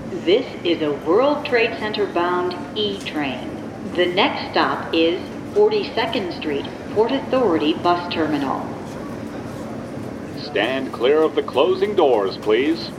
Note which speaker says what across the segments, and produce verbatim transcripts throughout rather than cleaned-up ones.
Speaker 1: This is a World Trade Center bound E-train. The next stop is forty-second Street, Port Authority Bus Terminal.
Speaker 2: Stand clear of the closing doors, please.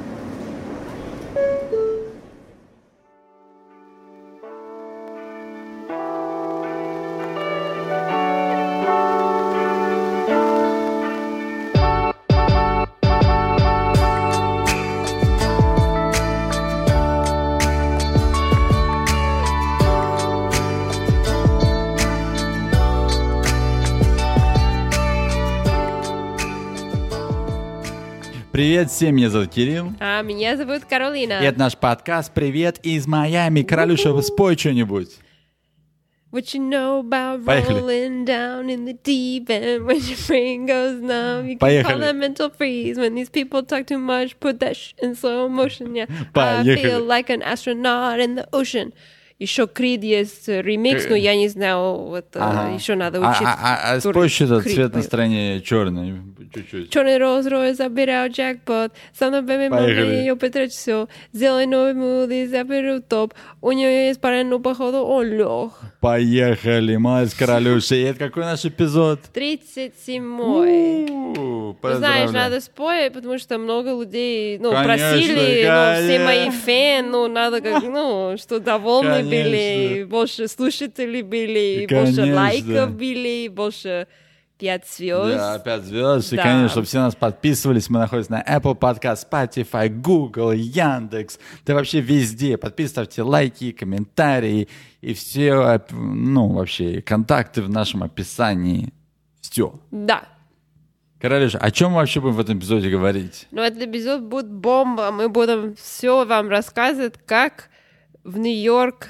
Speaker 3: Привет всем, меня зовут Кирилл.
Speaker 4: А меня зовут Каролина.
Speaker 3: И это наш подкаст «Привет из Майами». Каролюша, спой что-нибудь.
Speaker 4: What you know about
Speaker 3: Поехали.
Speaker 4: rolling down in the deep end when your brain goes numb? You can
Speaker 3: Поехали.
Speaker 4: call that mental freeze. When these people talk too much, put that sh- in slow motion. Yeah,
Speaker 3: Поехали.
Speaker 4: I feel like an astronaut in the ocean. Еще Крид есть ремикс, но я не знаю, вот
Speaker 3: Ага.
Speaker 4: еще надо
Speaker 3: А,
Speaker 4: учить.
Speaker 3: а, а, а
Speaker 4: который
Speaker 3: спой что-то,
Speaker 4: Крид
Speaker 3: цвет
Speaker 4: поет.
Speaker 3: настроения черный, чуть-чуть.
Speaker 4: Черный Rolls-Royce, забираю джекпот. Со мной бэби можно
Speaker 3: Поехали.
Speaker 4: ее потрать все. Сделай новый муди, заберу топ. У нее есть парень, но походу он лег.
Speaker 3: Поехали, молодец, Каролюша. И это какой наш эпизод?
Speaker 4: тридцать седьмой.
Speaker 3: У-у-у,
Speaker 4: Ты знаешь,
Speaker 3: поздравляю.
Speaker 4: надо спорить, потому что много людей, ну,
Speaker 3: Конечно,
Speaker 4: просили, ну, все
Speaker 3: конечно.
Speaker 4: мои фэны, ну, надо как, ну, что довольны
Speaker 3: Конечно.
Speaker 4: были, больше слушателей были,
Speaker 3: Конечно.
Speaker 4: больше лайков были, больше пять звезд.
Speaker 3: Да, пять звезд. И,
Speaker 4: Да.
Speaker 3: конечно, чтобы все нас подписывались. Мы находимся на Apple Podcast, Spotify, Google, Яндекс. Да вообще везде. Подписывайте лайки, комментарии. И все, ну, вообще, контакты в нашем описании. Все.
Speaker 4: Да.
Speaker 3: Королюша, о чем мы вообще будем в этом эпизоде говорить?
Speaker 4: Но этот эпизод будет бомба. Мы будем все вам рассказывать, как в Нью-Йорк...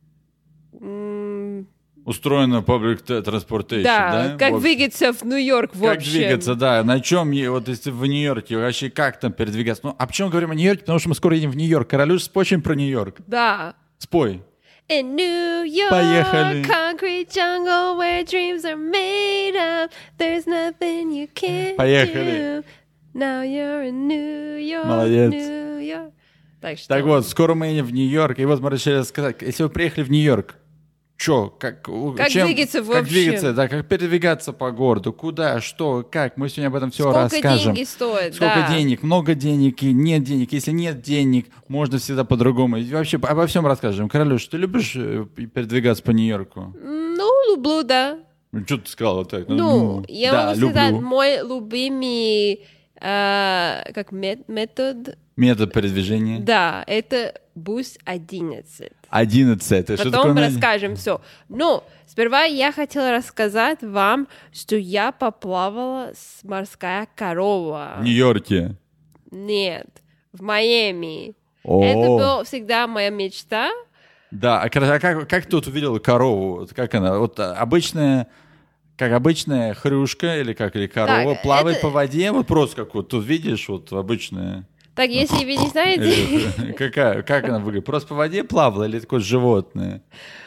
Speaker 4: м,
Speaker 3: Устроено public transportation,
Speaker 4: Да,
Speaker 3: да?
Speaker 4: как
Speaker 3: В общем.
Speaker 4: двигаться в Нью-Йорк в
Speaker 3: Как
Speaker 4: общем.
Speaker 3: двигаться, да. На чем, е- вот если в Нью-Йорке, вообще как там передвигаться? Ну, а почему говорим о Нью-Йорке? Потому что мы скоро едем в Нью-Йорк. Королюш, спой что-нибудь про Нью-Йорк.
Speaker 4: Да.
Speaker 3: Спой.
Speaker 4: In New York,
Speaker 3: Поехали.
Speaker 4: concrete jungle where dreams are made of. There's nothing you can't
Speaker 3: Поехали.
Speaker 4: do. Now you're in New York,
Speaker 3: Молодец.
Speaker 4: New York. Так что...
Speaker 3: Так вот, скоро мы едем в Нью-Йорк, и вот мы решили сказать, если вы приехали в Нью-Йорк, что, как, у-
Speaker 4: Как
Speaker 3: чем-
Speaker 4: двигаться в
Speaker 3: как
Speaker 4: общем?
Speaker 3: двигаться, да, как передвигаться по городу, куда, что, как, мы сегодня об этом все
Speaker 4: Сколько
Speaker 3: расскажем.
Speaker 4: деньги стоит,
Speaker 3: Сколько
Speaker 4: да.
Speaker 3: денег, много денег и нет денег. Если нет денег, можно всегда по-другому. И вообще обо всем расскажем. Королюш, ты любишь э, передвигаться по Нью-Йорку?
Speaker 4: Ну, люблю, да.
Speaker 3: Ну, что ты сказала вот так?
Speaker 4: Ну, я
Speaker 3: да,
Speaker 4: могу сказать,
Speaker 3: люблю.
Speaker 4: мой любимый э, как мет- метод,
Speaker 3: Метод передвижения.
Speaker 4: да, это бус одиннадцать.
Speaker 3: одиннадцать. Это что
Speaker 4: Потом
Speaker 3: такое?
Speaker 4: расскажем все. Но сперва я хотела рассказать вам, что я поплавала с морская корова.
Speaker 3: В Нью-Йорке.
Speaker 4: Нет, в Майами.
Speaker 3: О.
Speaker 4: Это была всегда моя мечта.
Speaker 3: Да, а, короче, а как, как ты тут увидела корову? Вот как она? Вот а, обычная, как обычная хрюшка или как, или корова
Speaker 4: Так,
Speaker 3: плавает
Speaker 4: это-
Speaker 3: по воде, вот просто как вот тут видишь, вот обычная.
Speaker 4: Так, если вы не знаете,
Speaker 3: Или какая, как она выглядит? Просто по воде плавала или такое животное?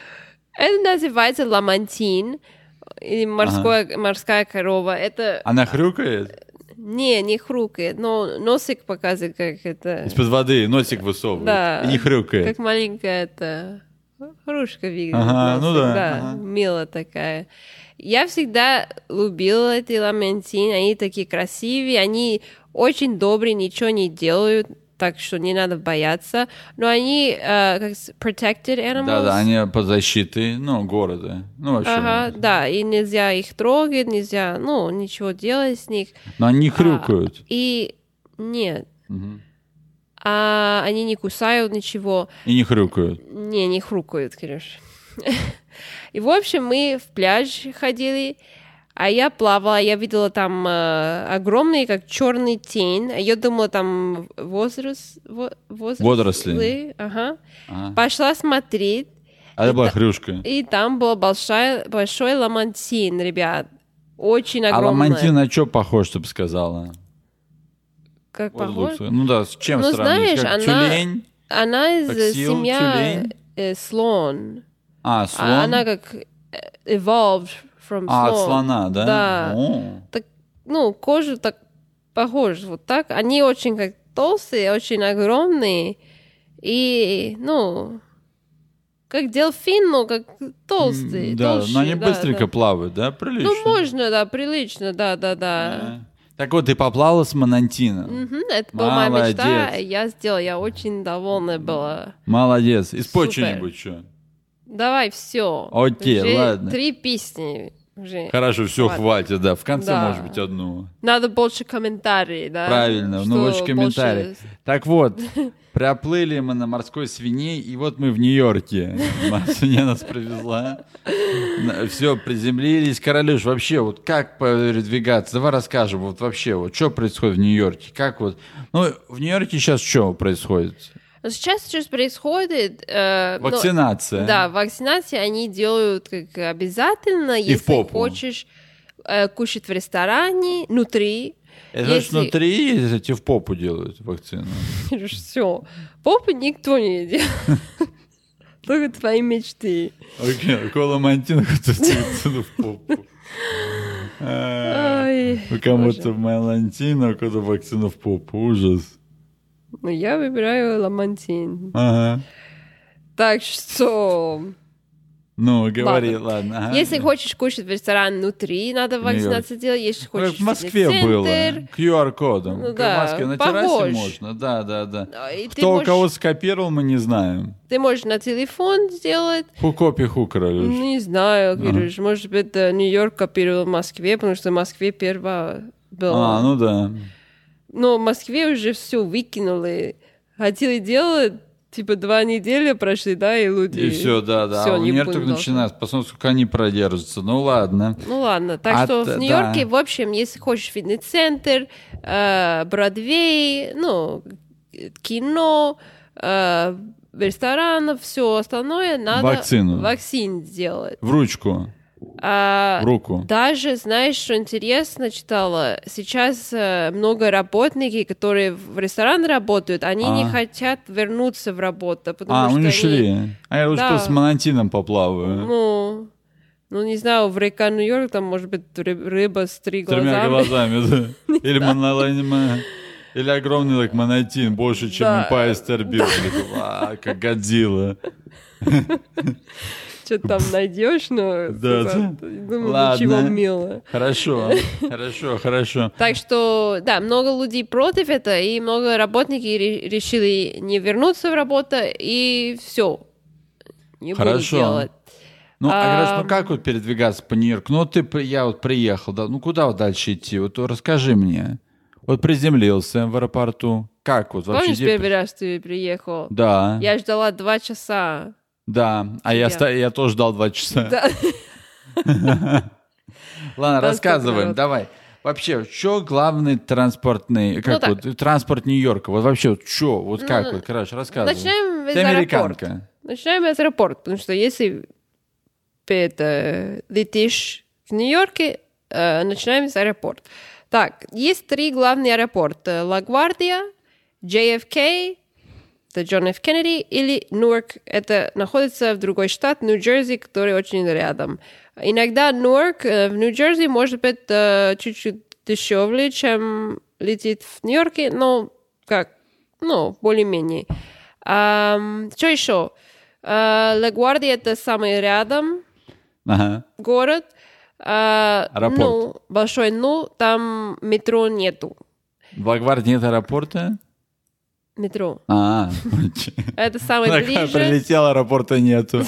Speaker 4: это называется ламантин, или морское, морская корова. Это
Speaker 3: Она хрюкает?
Speaker 4: не, не хрюкает, но носик показывает, как это...
Speaker 3: Из-под воды носик высовывает
Speaker 4: Да,
Speaker 3: и не хрюкает.
Speaker 4: как маленькая это хрюшка выглядит.
Speaker 3: Ага, ну
Speaker 4: носик,
Speaker 3: да, ага.
Speaker 4: милая такая. Я всегда любила эти ламантины, они такие красивые, они очень добрые, ничего не делают, так что не надо бояться. Но они э, как с- protected animals.
Speaker 3: Да-да, они под защитой, ну, города. Ну, вообще.
Speaker 4: Ага, да, и нельзя их трогать, нельзя, ну, ничего делать с них.
Speaker 3: Но они не хрюкают.
Speaker 4: А, и нет,
Speaker 3: Мгм.
Speaker 4: а, они не кусают ничего.
Speaker 3: И не хрюкают.
Speaker 4: Не, не хрукают, Кирюш. И, в общем, мы в пляж ходили, а я плавала, я видела там э, огромный, как черный тень. Я думала, там возраст, во- возрасли.
Speaker 3: Водоросли.
Speaker 4: Ага.
Speaker 3: Ага.
Speaker 4: Пошла смотреть,
Speaker 3: А это была хрюшка.
Speaker 4: и там был большой, большой ламантин, ребят. Очень
Speaker 3: А
Speaker 4: огромный.
Speaker 3: ламантин на что похож, ты бы сказала?
Speaker 4: Как
Speaker 3: Вот
Speaker 4: похож?
Speaker 3: лучше. Ну да, с чем
Speaker 4: Ну,
Speaker 3: сравнить?
Speaker 4: знаешь,
Speaker 3: Как
Speaker 4: она-
Speaker 3: тюлень?
Speaker 4: Она из
Speaker 3: Таксил,
Speaker 4: семья
Speaker 3: тюлень?
Speaker 4: э, слон.
Speaker 3: А, слон?
Speaker 4: А она как э, evolved from
Speaker 3: А, от
Speaker 4: слон.
Speaker 3: слона, да?
Speaker 4: Да.
Speaker 3: О.
Speaker 4: Так, ну, кожа так похожа, вот так. Они очень как толстые, очень огромные. И, ну, как дельфин, но как толстый.
Speaker 3: Да,
Speaker 4: толще,
Speaker 3: но они
Speaker 4: да,
Speaker 3: быстренько
Speaker 4: да.
Speaker 3: плавают, да? Прилично.
Speaker 4: Ну, можно, да, прилично, да-да-да.
Speaker 3: Да. Так вот, ты поплавала с Манантином.
Speaker 4: Мгм, это была моя
Speaker 3: Молодец.
Speaker 4: мечта, я сделала, я очень довольна была.
Speaker 3: Молодец. И спой
Speaker 4: Супер.
Speaker 3: что-нибудь, что?
Speaker 4: Давай, все.
Speaker 3: Окей, ладно.
Speaker 4: Три песни уже.
Speaker 3: Хорошо, все,
Speaker 4: Хватит.
Speaker 3: хватит, да. В конце,
Speaker 4: Да.
Speaker 3: может быть, одну.
Speaker 4: Надо больше комментариев, да?
Speaker 3: Правильно,
Speaker 4: Что
Speaker 3: ну больше комментариев.
Speaker 4: больше-
Speaker 3: Так вот, приплыли мы на морской свиней, и вот мы в Нью-Йорке. Свинья нас привезла. Все, приземлились. Королюш, вообще, вот как передвигаться? Давай расскажем, вот вообще, вот что происходит в Нью-Йорке? Как вот? Ну, в Нью-Йорке сейчас что происходит?
Speaker 4: Но сейчас сейчас происходит... э, ну,
Speaker 3: Вакцинация.
Speaker 4: да, вакцинации они делают как обязательно,
Speaker 3: в
Speaker 4: если
Speaker 3: попу.
Speaker 4: хочешь э, кушать в ресторане, внутри.
Speaker 3: Это значит,
Speaker 4: Если-
Speaker 3: внутри или тебе в попу делают вакцину?
Speaker 4: Все. Попу никто не делает. Только твои мечты.
Speaker 3: Окей, кола мантина, вакцину в попу. А,
Speaker 4: Ой,
Speaker 3: У кому-то малантина, у кого-то вакцину в попу. Ужас.
Speaker 4: ну, я выбираю ламантин.
Speaker 3: Ага.
Speaker 4: Так что...
Speaker 3: Ну, говори, ладно. ага.
Speaker 4: Если хочешь кушать в ресторан внутри, надо вакцинацию делать. Если
Speaker 3: Как
Speaker 4: хочешь
Speaker 3: в Москве было.
Speaker 4: фитнес-центр,
Speaker 3: ку ар-кодом.
Speaker 4: Ну
Speaker 3: Как
Speaker 4: да,
Speaker 3: в Москве на террасе
Speaker 4: похож.
Speaker 3: можно. Да, да, да.
Speaker 4: а, и ты
Speaker 3: Кто у
Speaker 4: можешь-
Speaker 3: кого скопировал, мы не знаем.
Speaker 4: Ты можешь на телефон сделать.
Speaker 3: Ху копи ху,
Speaker 4: Ну,
Speaker 3: королюш.
Speaker 4: не знаю, Кирюш. Может быть, э, Нью-Йорк копировал в Москве, потому что в Москве первая была.
Speaker 3: А, ну да.
Speaker 4: Но в Москве уже все выкинули. Хотели делать, типа, два недели прошли, да, и люди...
Speaker 3: И все, да, да.
Speaker 4: Всё,
Speaker 3: а у
Speaker 4: не
Speaker 3: Нью-Йорка
Speaker 4: будем
Speaker 3: только начинается. Посмотрим, сколько они продержатся. Ну ладно.
Speaker 4: Ну ладно, так
Speaker 3: А
Speaker 4: что
Speaker 3: т-
Speaker 4: в Нью-Йорке,
Speaker 3: да.
Speaker 4: в общем, если хочешь фитнес-центр, э, Бродвей, ну, кино, э, ресторанов, все остальное, надо
Speaker 3: Вакцину.
Speaker 4: вакцин сделать.
Speaker 3: В ручку,
Speaker 4: А
Speaker 3: в руку.
Speaker 4: даже, знаешь, что интересно, читала, сейчас э, много работников, которые в ресторане работают, они
Speaker 3: А.
Speaker 4: не хотят вернуться в работу, потому
Speaker 3: А,
Speaker 4: что
Speaker 3: мы не
Speaker 4: они-
Speaker 3: шли. А я лучше
Speaker 4: Да.
Speaker 3: просто с Манантином поплаваю.
Speaker 4: Ну, ну, не знаю, в река Нью-Йорк там может быть ры- рыба с три
Speaker 3: Тремя
Speaker 4: глазами.
Speaker 3: глазами, да. Или монолайнима. Или огромный like, Манантин, больше, чем
Speaker 4: Да.
Speaker 3: Empire State Building. А, как Годзилла.
Speaker 4: Что там найдешь, но
Speaker 3: Да,
Speaker 4: типа,
Speaker 3: да.
Speaker 4: думаю,
Speaker 3: Ладно.
Speaker 4: ничего мило.
Speaker 3: Хорошо, хорошо, хорошо.
Speaker 4: Так что, да, много людей против этого, и много работников ре- решили не вернуться в работу, и все. Не буду
Speaker 3: Хорошо.
Speaker 4: делать.
Speaker 3: Ну, а,
Speaker 4: А,
Speaker 3: раз, ну как вот передвигаться по Нью-Йорку? Ну, вот ты, при- я вот приехал, да, ну куда вот дальше идти? Вот расскажи мне. Вот приземлился в аэропорту. Как вот вообще?
Speaker 4: Помнишь,
Speaker 3: где-
Speaker 4: первый раз ты приехал?
Speaker 3: Да,
Speaker 4: Я ждала два часа.
Speaker 3: да. А я,
Speaker 4: Я.
Speaker 3: ста- я тоже ждал два часа.
Speaker 4: Да.
Speaker 3: Ладно,
Speaker 4: Транспорт
Speaker 3: рассказываем,
Speaker 4: народ.
Speaker 3: давай. Вообще, что главный транспортный, как
Speaker 4: Ну, так.
Speaker 3: вот, транспорт Нью-Йорка? Вот вообще, вот что, вот как
Speaker 4: Ну,
Speaker 3: вот, короче, рассказывай.
Speaker 4: Начинаем из
Speaker 3: Ты
Speaker 4: аэропорта.
Speaker 3: американка.
Speaker 4: Начинаем из аэропорта, потому что если ты это, летишь в Нью-Йорке, э, начинаем с аэропорта. Так, есть три главных аэропорта. Ла-Гвардия, джей эф кей, это Джон Ф. Кеннеди, или Нуарк, это находится в другой штат, Нью-Джерси, который очень рядом. Иногда Нуарк э, в Нью-Джерси может быть э, чуть-чуть дешевле, чем летит в Нью-Йорке, но как, ну, более-менее. Ам, что еще? А, Ла-Гвардия это самый рядом
Speaker 3: Ага.
Speaker 4: город. А,
Speaker 3: Аэропорт.
Speaker 4: Ну, большой, ну, там метро нету.
Speaker 3: В Ла-Гвардии нет аэропорта?
Speaker 4: Метро.
Speaker 3: А,
Speaker 4: Это самый
Speaker 3: так,
Speaker 4: ближе.
Speaker 3: прилетел, аэропорта нету.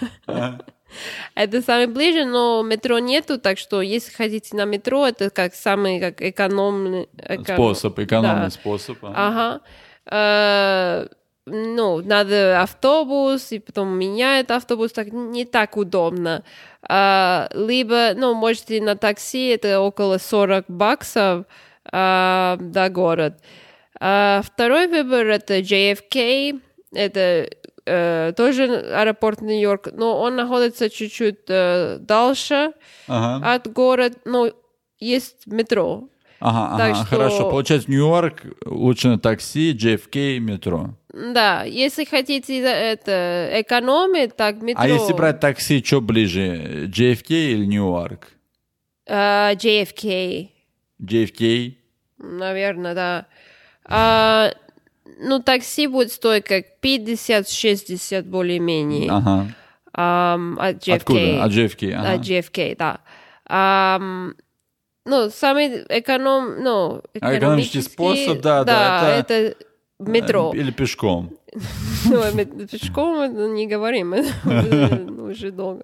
Speaker 4: Это самый ближе, но метро нету, так что если хотите на метро, это как самый как экономный эко-
Speaker 3: Способ, экономный
Speaker 4: Да.
Speaker 3: способ. ага.
Speaker 4: Ага. Э, ну, надо автобус, и потом меняет автобус, так не так удобно. А, либо, ну, можете на такси, это около сорок баксов а, до города. А, второй выбор это джей эф кей, это э, тоже аэропорт Нью-Йорк, но он находится чуть-чуть э, дальше
Speaker 3: Ага,
Speaker 4: от города, но есть метро.
Speaker 3: ага,
Speaker 4: так
Speaker 3: ага,
Speaker 4: что-
Speaker 3: хорошо. Получается, Нью-Йорк лучше на такси, джей эф кей, метро.
Speaker 4: Да, если хотите это экономить, так метро.
Speaker 3: А если брать такси, что ближе, джей эф кей или Нью-Йорк?
Speaker 4: А, джей эф кей,
Speaker 3: джей эф кей?
Speaker 4: наверное, да. А, ну, такси будет стоить как пятьдесят-шестьдесят более-менее.
Speaker 3: Ага.
Speaker 4: Um, от джей эф кей.
Speaker 3: Откуда? От джей эф кей, ага.
Speaker 4: От джей эф кей, да. Um, ну, самый эконом, ну,
Speaker 3: А экономический способ, да, да,
Speaker 4: да, это, это метро.
Speaker 3: Или пешком.
Speaker 4: Ну, пешком мы не говорим, уже долго.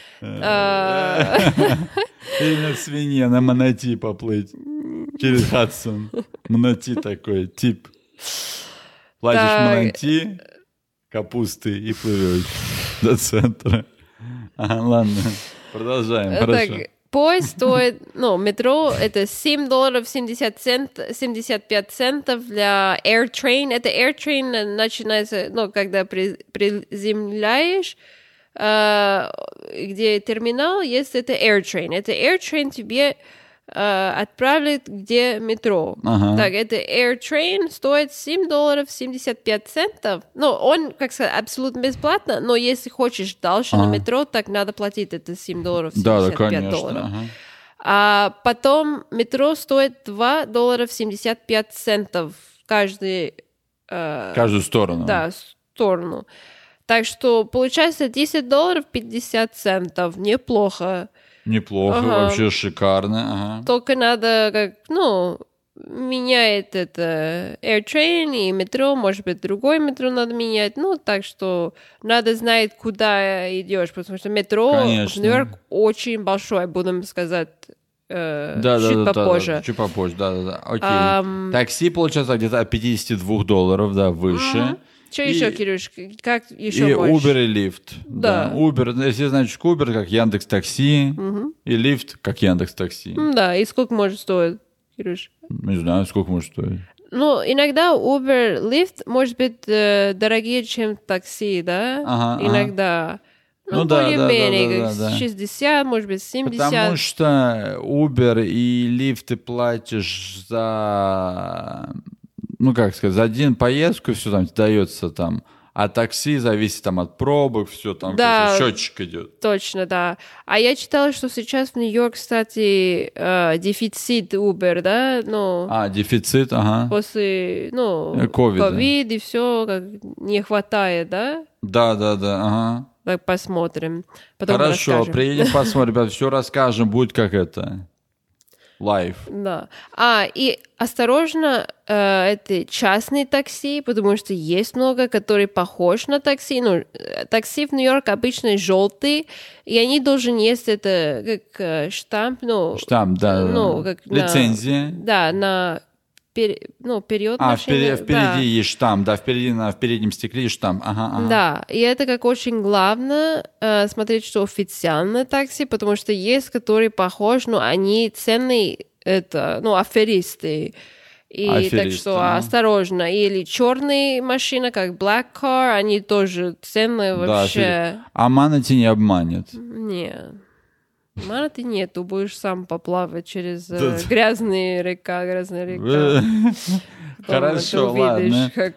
Speaker 3: Или на свинье, на манати поплыть через Хадсон. Манати такой, тип. Платишь манати, капусты и плывешь до центра. Ага, ладно, продолжаем, хорошо.
Speaker 4: Поезд стоит, ну, метро, это семь долларов семьдесят пять центов для AirTrain. Это AirTrain начинается, ну, когда при, приземляешь, э, где терминал, есть это AirTrain. Это AirTrain тебе э, отправит, где метро.
Speaker 3: Ага.
Speaker 4: Так, это AirTrain стоит семь долларов семьдесят пять центов. Ну, он, как сказать, абсолютно бесплатно, но если хочешь дальше ага. на метро, так надо платить это семь долларов семьдесят пять
Speaker 3: да, да, конечно,
Speaker 4: долларов.
Speaker 3: Ага.
Speaker 4: А потом метро стоит два доллара семьдесят пять центов каждый... Э,
Speaker 3: Каждую сторону.
Speaker 4: Да, сторону. Так что получается десять долларов пятьдесят центов. Неплохо.
Speaker 3: Неплохо,
Speaker 4: ага.
Speaker 3: вообще шикарно. Ага.
Speaker 4: Только надо, как, ну, меняет это AirTrain и метро, может быть, другое метро надо менять. Ну, так что надо знать, куда идешь, потому что метро
Speaker 3: Конечно.
Speaker 4: в Нью-Йорк очень большое, будем сказать, э,
Speaker 3: да,
Speaker 4: чуть
Speaker 3: да,
Speaker 4: попозже.
Speaker 3: Да, да, чуть попозже, да, да, да. Окей.
Speaker 4: Um,
Speaker 3: Такси, получается, где-то от пятьдесят два долларов, да, выше.
Speaker 4: Uh-huh. Что
Speaker 3: и,
Speaker 4: еще, Кирюш? Как еще
Speaker 3: и
Speaker 4: можешь?
Speaker 3: Uber и Lyft.
Speaker 4: Да.
Speaker 3: да. Uber, если значит Uber, как Яндекс.Такси,
Speaker 4: Uh-huh.
Speaker 3: и Lyft, как Яндекс.Такси.
Speaker 4: Да, и сколько может стоить, Кирюш?
Speaker 3: Не знаю, сколько может стоить.
Speaker 4: Ну, иногда Uber, Lyft, может быть, э, дорогие, чем такси, да?
Speaker 3: Ага,
Speaker 4: иногда.
Speaker 3: Ага.
Speaker 4: Ну,
Speaker 3: Ну, да,
Speaker 4: более-менее,
Speaker 3: да, да,
Speaker 4: как
Speaker 3: да, да.
Speaker 4: шестьдесят, может быть, семьдесят.
Speaker 3: Потому что Uber и Lyft ты платишь за, ну, как сказать, за один поездку, все там дается там, а такси зависит там от пробок, все там,
Speaker 4: да,
Speaker 3: счетчик идет.
Speaker 4: Точно, да. А я читала, что сейчас в Нью-Йорк, кстати, э, дефицит Uber, да? Ну,
Speaker 3: а, дефицит, ага.
Speaker 4: После, ну, ковид и все, как не хватает, да?
Speaker 3: Да, да, да, ага.
Speaker 4: Так посмотрим. Потом
Speaker 3: Хорошо,
Speaker 4: расскажем.
Speaker 3: приедем, посмотрим, ребят, все расскажем, будет как это, лайв.
Speaker 4: Да. А, и осторожно, э, это частные такси, потому что есть много, которые похожи на такси. Ну, такси в Нью-Йорк обычно желтые, и они должны есть это как э, штамп, ну...
Speaker 3: Штамп, да,
Speaker 4: ну,
Speaker 3: да.
Speaker 4: Как
Speaker 3: лицензия.
Speaker 4: На, да, на... Пер, ну, вперед
Speaker 3: а,
Speaker 4: машины.
Speaker 3: впереди, впереди
Speaker 4: да.
Speaker 3: есть штамп, да, впереди на в переднем стекле есть штамп. Ага, ага.
Speaker 4: Да, и это как очень главное э, смотреть, что официальное такси, потому что есть, которые похожи, но они ценные, это, ну, аферисты. И
Speaker 3: Аферисты,
Speaker 4: так что
Speaker 3: ага.
Speaker 4: осторожно. Или черные машины, как Black Car, они тоже ценные вообще.
Speaker 3: Да, а Манати не обманет.
Speaker 4: Нет. Манаты нету, будешь сам поплавать через э, грязные река, грязная река.
Speaker 3: Хорошо, ладно.
Speaker 4: Как...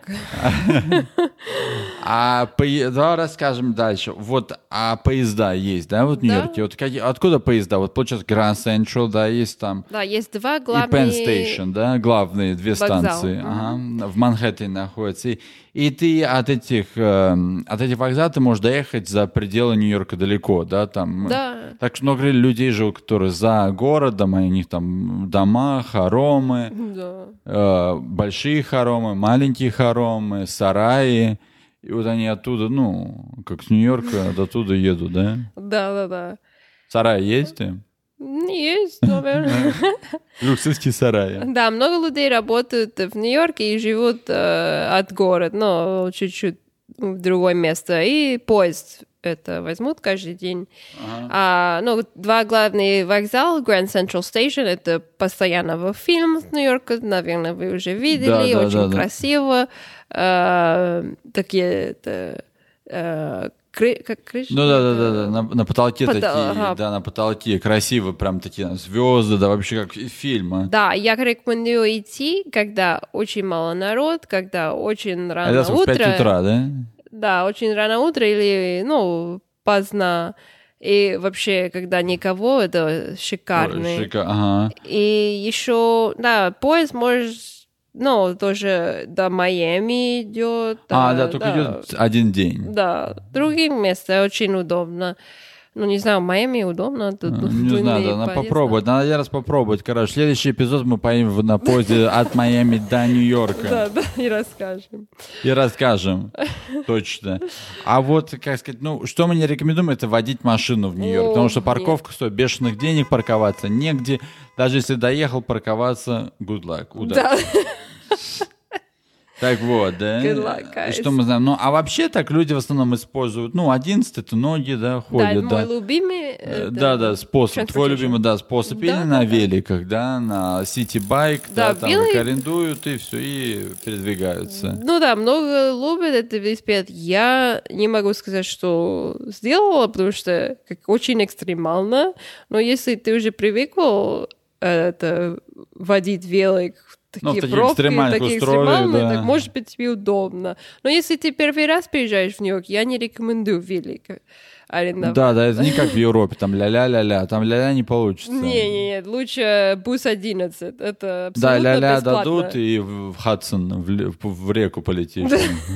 Speaker 3: А по... давай расскажем дальше. Вот, а поезда есть, да, вот в Нью-Йорке?
Speaker 4: Да.
Speaker 3: Вот какие... Откуда поезда? Вот, получается, Grand Central, да, есть там.
Speaker 4: Да, есть два
Speaker 3: И
Speaker 4: главные...
Speaker 3: Penn Station, да, главные две
Speaker 4: вокзал.
Speaker 3: станции. Ага, в Манхэттене находятся. И, и ты от этих, э, от этих вокзалов ты можешь доехать за пределы Нью-Йорка далеко, да, там.
Speaker 4: Да.
Speaker 3: Так что много людей живут, которые за городом, а у них там дома, хоромы,
Speaker 4: Да.
Speaker 3: э, большие хоромы, маленькие хоромы, сараи. И вот они оттуда, ну, как с Нью-Йорка до туда едут, да?
Speaker 4: Да, да, да.
Speaker 3: Сарай есть?
Speaker 4: Есть, наверное.
Speaker 3: Люксовские сараи.
Speaker 4: Да, много людей работают в Нью-Йорке и живут э, от города, но чуть-чуть в другое место. И поезд это возьмут каждый день.
Speaker 3: Ага.
Speaker 4: А, ну, два главные вокзала, Grand Central Station, это постоянно в фильмах с Нью-Йорка, наверное, вы уже видели,
Speaker 3: да, да,
Speaker 4: очень
Speaker 3: да,
Speaker 4: красиво. А, такие, это, а, кры, как крыши?
Speaker 3: Ну да, да, да, да. На, на потолке
Speaker 4: Потол-
Speaker 3: такие,
Speaker 4: ага.
Speaker 3: да, на потолке красиво, прям такие звезды, да, вообще как из фильма.
Speaker 4: Да, я рекомендую идти, когда очень мало народ, когда очень рано
Speaker 3: Это в
Speaker 4: утро.
Speaker 3: пять утра, да?
Speaker 4: Да, очень рано утро или, ну, поздно. И вообще, когда никого, это шикарно.
Speaker 3: Шика... Ага.
Speaker 4: И еще, да, поезд можешь ну, тоже до Майами идет.
Speaker 3: А, да, только идет один день.
Speaker 4: Да, другие места очень удобно. Ну, не знаю, в Майами удобно. Тут
Speaker 3: не знаю, надо попробовать. Надо один раз попробовать. Короче, следующий эпизод мы поедем на поезде от Майами до Нью-Йорка.
Speaker 4: Да, да, и расскажем.
Speaker 3: И расскажем. Точно. А вот, как сказать, ну, что мы не рекомендуем, это водить машину в Нью-Йорк. Потому что парковка стоит бешеных денег, парковаться негде. Даже если доехал, парковаться, good luck, удачи. Так вот, да.
Speaker 4: Good luck, guys.
Speaker 3: Что мы знаем? Ну, а вообще так люди в основном используют, ну, одиннадцать это ноги, да, ходят, да.
Speaker 4: Да, мой любимый... Это...
Speaker 3: Да, да, способ. Твой любимый, да, способ. Или
Speaker 4: да,
Speaker 3: на
Speaker 4: да,
Speaker 3: великах, да, на сити-байк, да,
Speaker 4: да,
Speaker 3: там
Speaker 4: велик...
Speaker 3: их арендуют и все, и передвигаются.
Speaker 4: Ну да, много любят это велосипед. Я не могу сказать, что сделала, потому что как очень экстремально. Но если ты уже привыкл это, водить велик, такие
Speaker 3: ну, в таких
Speaker 4: пробки,
Speaker 3: экстремальных
Speaker 4: такие
Speaker 3: условиях,
Speaker 4: экстремальные,
Speaker 3: да.
Speaker 4: так может быть тебе удобно. Но если ты первый раз приезжаешь в Нью-Йорк, я не рекомендую велик арендовать.
Speaker 3: Да, да, это не как в Европе, там ля-ля-ля-ля, там ля-ля не получится.
Speaker 4: Не-не-не, лучше бус одиннадцать, это абсолютно
Speaker 3: да, ля-ля
Speaker 4: бесплатно.
Speaker 3: дадут и в Хадсон, в, в реку полетишь.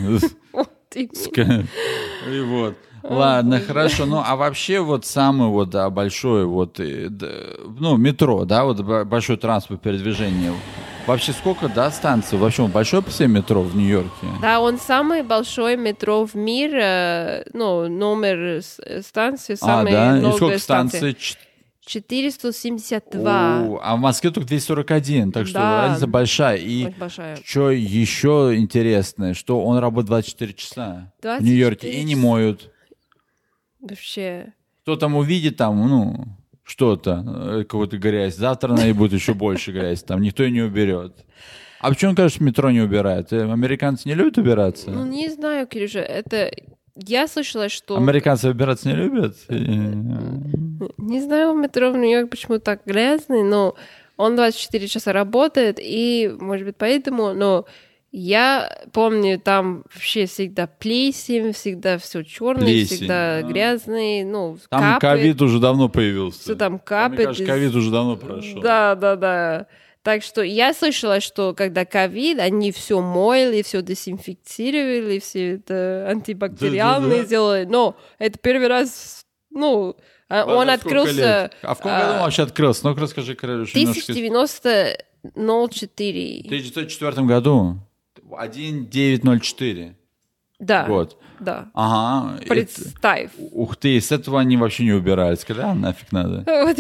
Speaker 3: И вот. Ладно, хорошо. Ну, а вообще вот самый вот, да, большой вот, ну, метро, да, вот большой транспорт передвижения. Вообще сколько, да, станций? Вообще он большой по себе метро в Нью-Йорке?
Speaker 4: Да, он самый большой метро в мире, ну, номер станции, самый
Speaker 3: а, да?
Speaker 4: много
Speaker 3: И сколько
Speaker 4: станций?
Speaker 3: станций?
Speaker 4: четыреста семьдесят два.
Speaker 3: О, а в Москве только двести сорок один, так что
Speaker 4: да,
Speaker 3: разница большая. И
Speaker 4: большая.
Speaker 3: что еще интересное, что он работает двадцать четыре часа
Speaker 4: двадцать четыре
Speaker 3: в Нью-Йорке и не моют.
Speaker 4: Вообще.
Speaker 3: Кто там увидит, там, ну, что-то, какую-то грязь. Завтра на ней будет еще больше грязь. Там никто и не уберет. А почему, конечно, метро не убирает? Американцы не любят убираться?
Speaker 4: Ну, не знаю, Кирюша, это... Я слышала, что...
Speaker 3: Американцы убираться не любят?
Speaker 4: Не знаю, метро в Нью-Йорке почему так грязный, но он двадцать четыре часа работает, и, может быть, поэтому, но... Я помню, там вообще всегда плесень, всегда все черное,
Speaker 3: плесень,
Speaker 4: всегда
Speaker 3: а.
Speaker 4: грязный, ну,
Speaker 3: там ковид уже давно появился.
Speaker 4: Все там капает.
Speaker 3: Мне кажется, ковид уже давно прошел.
Speaker 4: Да, да, да. Так что я слышала, что когда ковид, они все моили, все дезинфицировали, все это антибактериальное
Speaker 3: Да-да-да.
Speaker 4: сделали. Но это первый раз, ну,
Speaker 3: Ладно,
Speaker 4: он открылся...
Speaker 3: А в каком году он вообще открылся? Ну-ка расскажи, Каролюш.
Speaker 4: В тысяча девятьсот четыре.
Speaker 3: В тысяча девятьсот четвёртом году? один девять ноль четыре.
Speaker 4: Да.
Speaker 3: Вот.
Speaker 4: Да.
Speaker 3: Ага.
Speaker 4: Представь.
Speaker 3: Это... Ух ты, с этого они вообще не убирались. Сказали, а нафиг надо.
Speaker 4: Вот.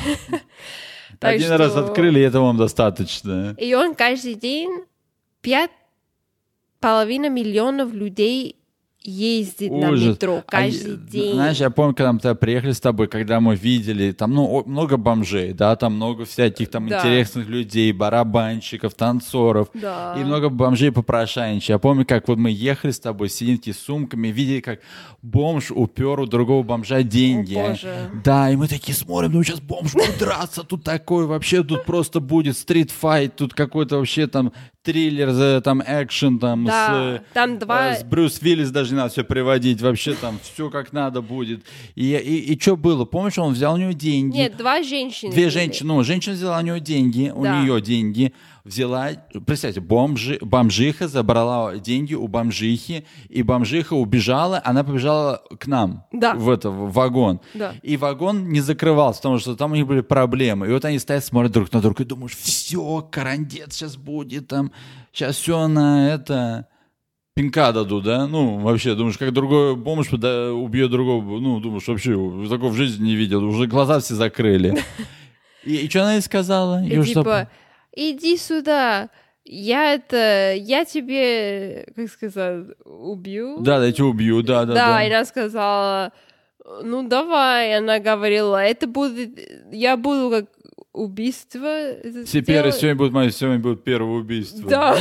Speaker 3: Один раз открыли, и этого вам достаточно.
Speaker 4: И он каждый день пять половиной миллионов людей ездит
Speaker 3: Ужас.
Speaker 4: на метро каждый
Speaker 3: а,
Speaker 4: день.
Speaker 3: Знаешь, я помню, когда мы тогда приехали с тобой, когда мы видели, там, ну, много бомжей, да, там много всяких там
Speaker 4: да.
Speaker 3: интересных людей, барабанщиков, танцоров,
Speaker 4: да.
Speaker 3: и много бомжей попрошайничать. Я помню, как вот мы ехали с тобой, сидим с сумками, видели, как бомж упер у другого бомжа деньги.
Speaker 4: О, Боже.
Speaker 3: Да, и мы такие смотрим, ну, сейчас бомж будет драться, тут такой, вообще тут просто будет стрит-файт, тут какой-то вообще там триллер, там экшен, там,
Speaker 4: да,
Speaker 3: с,
Speaker 4: там два...
Speaker 3: с Брюс Уиллис даже не надо все приводить, вообще там все как надо будет. И, и, и что было? Помнишь, он взял у него деньги?
Speaker 4: Нет, два женщины.
Speaker 3: Две женщины, ну, женщина взяла у него деньги, у
Speaker 4: да.
Speaker 3: нее деньги, взяла, представьте, бомжи, бомжиха забрала деньги у бомжихи, и бомжиха убежала, она побежала к нам,
Speaker 4: да.
Speaker 3: в, это, в вагон.
Speaker 4: Да.
Speaker 3: И вагон не закрывался, потому что там у них были проблемы. И вот они стоят, смотрят друг на друга, и думаешь, все, карандец сейчас будет, там, сейчас все на это... Пинка дадут, да? Ну, вообще, думаешь, как другой бомж да, убьет другого, ну, думаешь, вообще, такого в жизни не видел, уже глаза все закрыли. И, и что она ей сказала?
Speaker 4: И типа, иди сюда, я это, я тебе, как сказать, убью.
Speaker 3: Да, да, я тебя убью, да, да, да.
Speaker 4: Да, и она сказала, ну, давай, она говорила, это будет, я буду как убийство.
Speaker 3: Теперь сегодня будет мое, сегодня будет первое убийство.
Speaker 4: Да.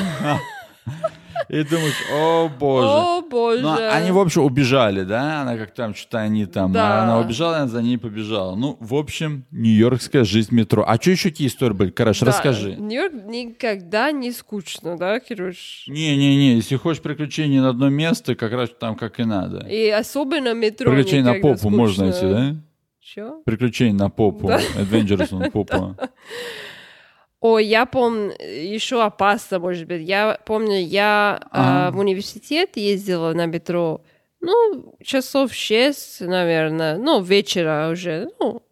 Speaker 3: И думаешь, о боже.
Speaker 4: О боже.
Speaker 3: Ну, они, в общем, убежали, да? Она как там, что-то они там...
Speaker 4: Да.
Speaker 3: Она убежала, она за ней побежала. Ну, в общем, нью-йоркская жизнь метро. А что еще какие истории были? Короче,
Speaker 4: да.
Speaker 3: расскажи.
Speaker 4: Нью-Йорк никогда не скучно, да, Кирюш?
Speaker 3: Не-не-не, если хочешь приключения на одно место, как раз там как и надо.
Speaker 4: И особенно метро
Speaker 3: Приключения на попу
Speaker 4: скучно.
Speaker 3: можно найти, да?
Speaker 4: Чё?
Speaker 3: Приключения на попу.
Speaker 4: Да.
Speaker 3: Adventures на попу.
Speaker 4: Ой, я помню, еще опасно, может быть. Я помню, я
Speaker 3: А.
Speaker 4: э, в университет ездила на метро, ну, часов шесть, наверное, ну, вечера уже, ну.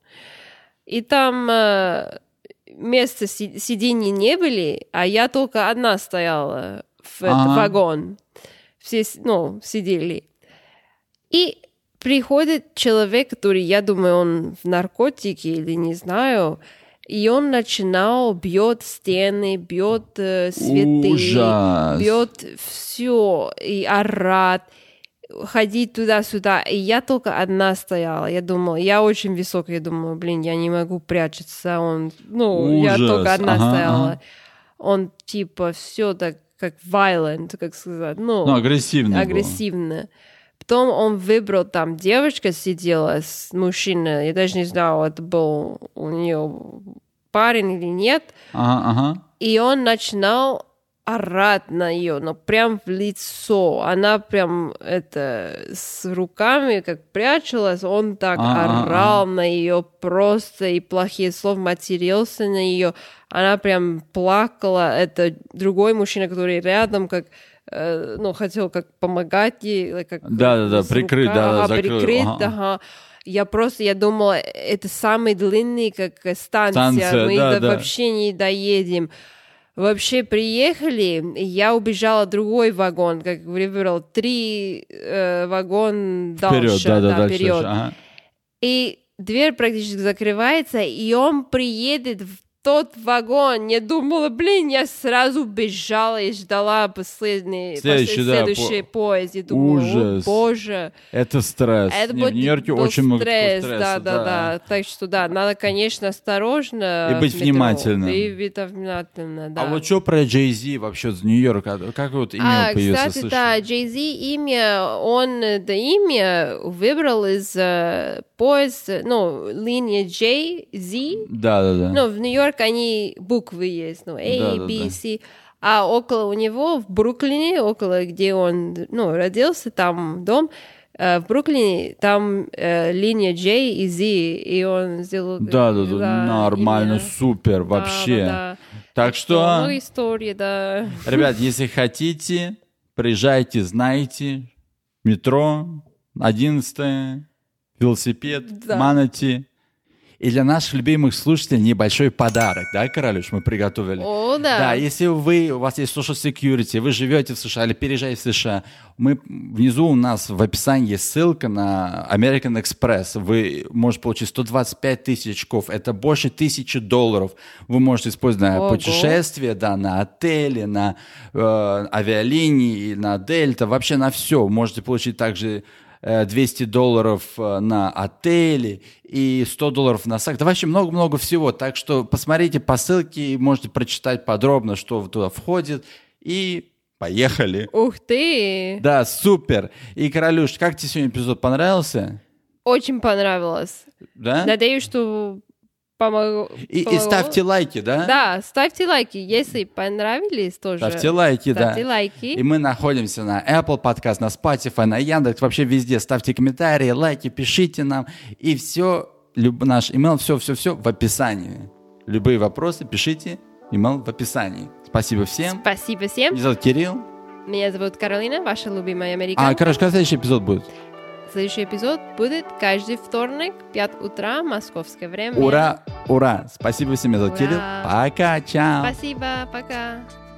Speaker 4: И там э, места си- сидений не были, а я только одна стояла в этот
Speaker 3: Ага.
Speaker 4: вагон. Все, с- ну, сидели. И приходит человек, который, я думаю, он в наркотике или не знаю, и он начинал бьет стены, бьет э, цветы,
Speaker 3: Ужас.
Speaker 4: бьет все и орать, ходить туда-сюда. И я только одна стояла. Я думала, я очень высокая, я думала, блин, я не могу прятаться. Он, ну, я
Speaker 3: Ужас.
Speaker 4: только одна
Speaker 3: Ага,
Speaker 4: стояла.
Speaker 3: ага.
Speaker 4: Он типа все так как violent, как сказать, ну,
Speaker 3: Ну, агрессивный был.
Speaker 4: агрессивно. Потом он выбрал, там девочка сидела с мужчиной, я даже не знала, это был у нее парень или нет,
Speaker 3: Ага, ага.
Speaker 4: и он начинал орать на нее, но прям в лицо. Она прям это с руками как прячалась, он так
Speaker 3: А, а,
Speaker 4: орал на нее просто и плохие слова матерился на нее. Она прям плакала. Это другой мужчина, который рядом, как э, ну, хотел как помогать ей, как
Speaker 3: Да-да-да,
Speaker 4: с
Speaker 3: прикрыть,
Speaker 4: рука-
Speaker 3: да-да,
Speaker 4: ага,
Speaker 3: закрыл,
Speaker 4: прикрыть,
Speaker 3: ага.
Speaker 4: ага. Я просто, я думала, это самый длинный, как станция,
Speaker 3: Станция,
Speaker 4: мы
Speaker 3: да,
Speaker 4: до-
Speaker 3: да.
Speaker 4: вообще не доедем. Вообще приехали, и я убежала в другой вагон, как выбрал три э, вагон
Speaker 3: Вперед,
Speaker 4: дальше,
Speaker 3: да, да,
Speaker 4: да,
Speaker 3: дальше.
Speaker 4: вперед.
Speaker 3: дальше, ага.
Speaker 4: И дверь практически закрывается, и он приедет в тот вагон. Я думала, блин, я сразу бежала и ждала последний,
Speaker 3: Следующий,
Speaker 4: после-
Speaker 3: да,
Speaker 4: следующий
Speaker 3: по-
Speaker 4: поезд. И думала,
Speaker 3: Ужас.
Speaker 4: о боже.
Speaker 3: Это стресс.
Speaker 4: Это
Speaker 3: Не,
Speaker 4: был,
Speaker 3: в Нью-Йорке
Speaker 4: был
Speaker 3: очень много такого
Speaker 4: стресс,
Speaker 3: стресса.
Speaker 4: да, да, да. Так что да, надо, конечно, осторожно.
Speaker 3: И быть
Speaker 4: в метро.
Speaker 3: внимательным.
Speaker 4: И быть внимательно, да.
Speaker 3: А вот что про Джей Зи вообще с Нью-Йорка? Как вот имя
Speaker 4: А,
Speaker 3: появилось?
Speaker 4: кстати,
Speaker 3: слышал?
Speaker 4: да, Джей Зи имя, он это имя выбрал из э, поезда, ну, линия Джей Зи.
Speaker 3: Да, да, да.
Speaker 4: Ну, в Нью-Йорке они буквы есть, ну, A,
Speaker 3: Да, да,
Speaker 4: B,
Speaker 3: да.
Speaker 4: C. А около у него, в Бруклине, около где он, ну, родился, там дом, э, в Бруклине, там э, линия J и Z, и он сделал...
Speaker 3: Да, да, да, нормально,
Speaker 4: имя.
Speaker 3: супер,
Speaker 4: Да,
Speaker 3: вообще.
Speaker 4: да, да.
Speaker 3: Так что,
Speaker 4: Много историй, да.
Speaker 3: ребят, если хотите, приезжайте, знайте, метро, одиннадцатое, велосипед,
Speaker 4: Да.
Speaker 3: Манати. И для наших любимых слушателей небольшой подарок, да, Королюш, мы приготовили?
Speaker 4: О, да.
Speaker 3: Да, если вы, у вас есть social security, вы живете в США или переезжаете в США, мы, внизу у нас в описании есть ссылка на American Express. Вы можете получить сто двадцать пять тысяч очков. Это больше тысячи долларов. Вы можете использовать на
Speaker 4: Ого.
Speaker 3: путешествия, да, на отели, на э, авиалинии, на Дельта, вообще на все. Можете получить также э, двести долларов э, на отели и сто долларов на сайт. Да вообще много-много всего. Так что посмотрите по ссылке и можете прочитать подробно, что туда входит. И поехали.
Speaker 4: Ух ты!
Speaker 3: Да, супер. И, Королюш, как тебе сегодня эпизод понравился?
Speaker 4: Очень понравилось.
Speaker 3: Да?
Speaker 4: Надеюсь, что помогло.
Speaker 3: И, и
Speaker 4: помогло.
Speaker 3: ставьте лайки, да?
Speaker 4: Да, ставьте лайки, если понравились тоже.
Speaker 3: Ставьте лайки, да.
Speaker 4: Ставьте лайки.
Speaker 3: И мы находимся на Apple Podcast, на Spotify, на Яндекс, вообще везде. Ставьте комментарии, лайки, пишите нам. И все, люб, наш email, все-все-все в описании. Любые вопросы пишите, email в описании. Спасибо всем.
Speaker 4: Спасибо всем.
Speaker 3: Меня зовут Кирилл.
Speaker 4: Меня зовут Каролина, ваша любимая американка.
Speaker 3: А, короче, когда следующий эпизод будет?
Speaker 4: Следующий эпизод будет каждый вторник, пять утра, московское время.
Speaker 3: Ура, ура. Спасибо всем, меня зовут
Speaker 4: Ура.
Speaker 3: Кирилл. Пока, чао.
Speaker 4: Спасибо, пока.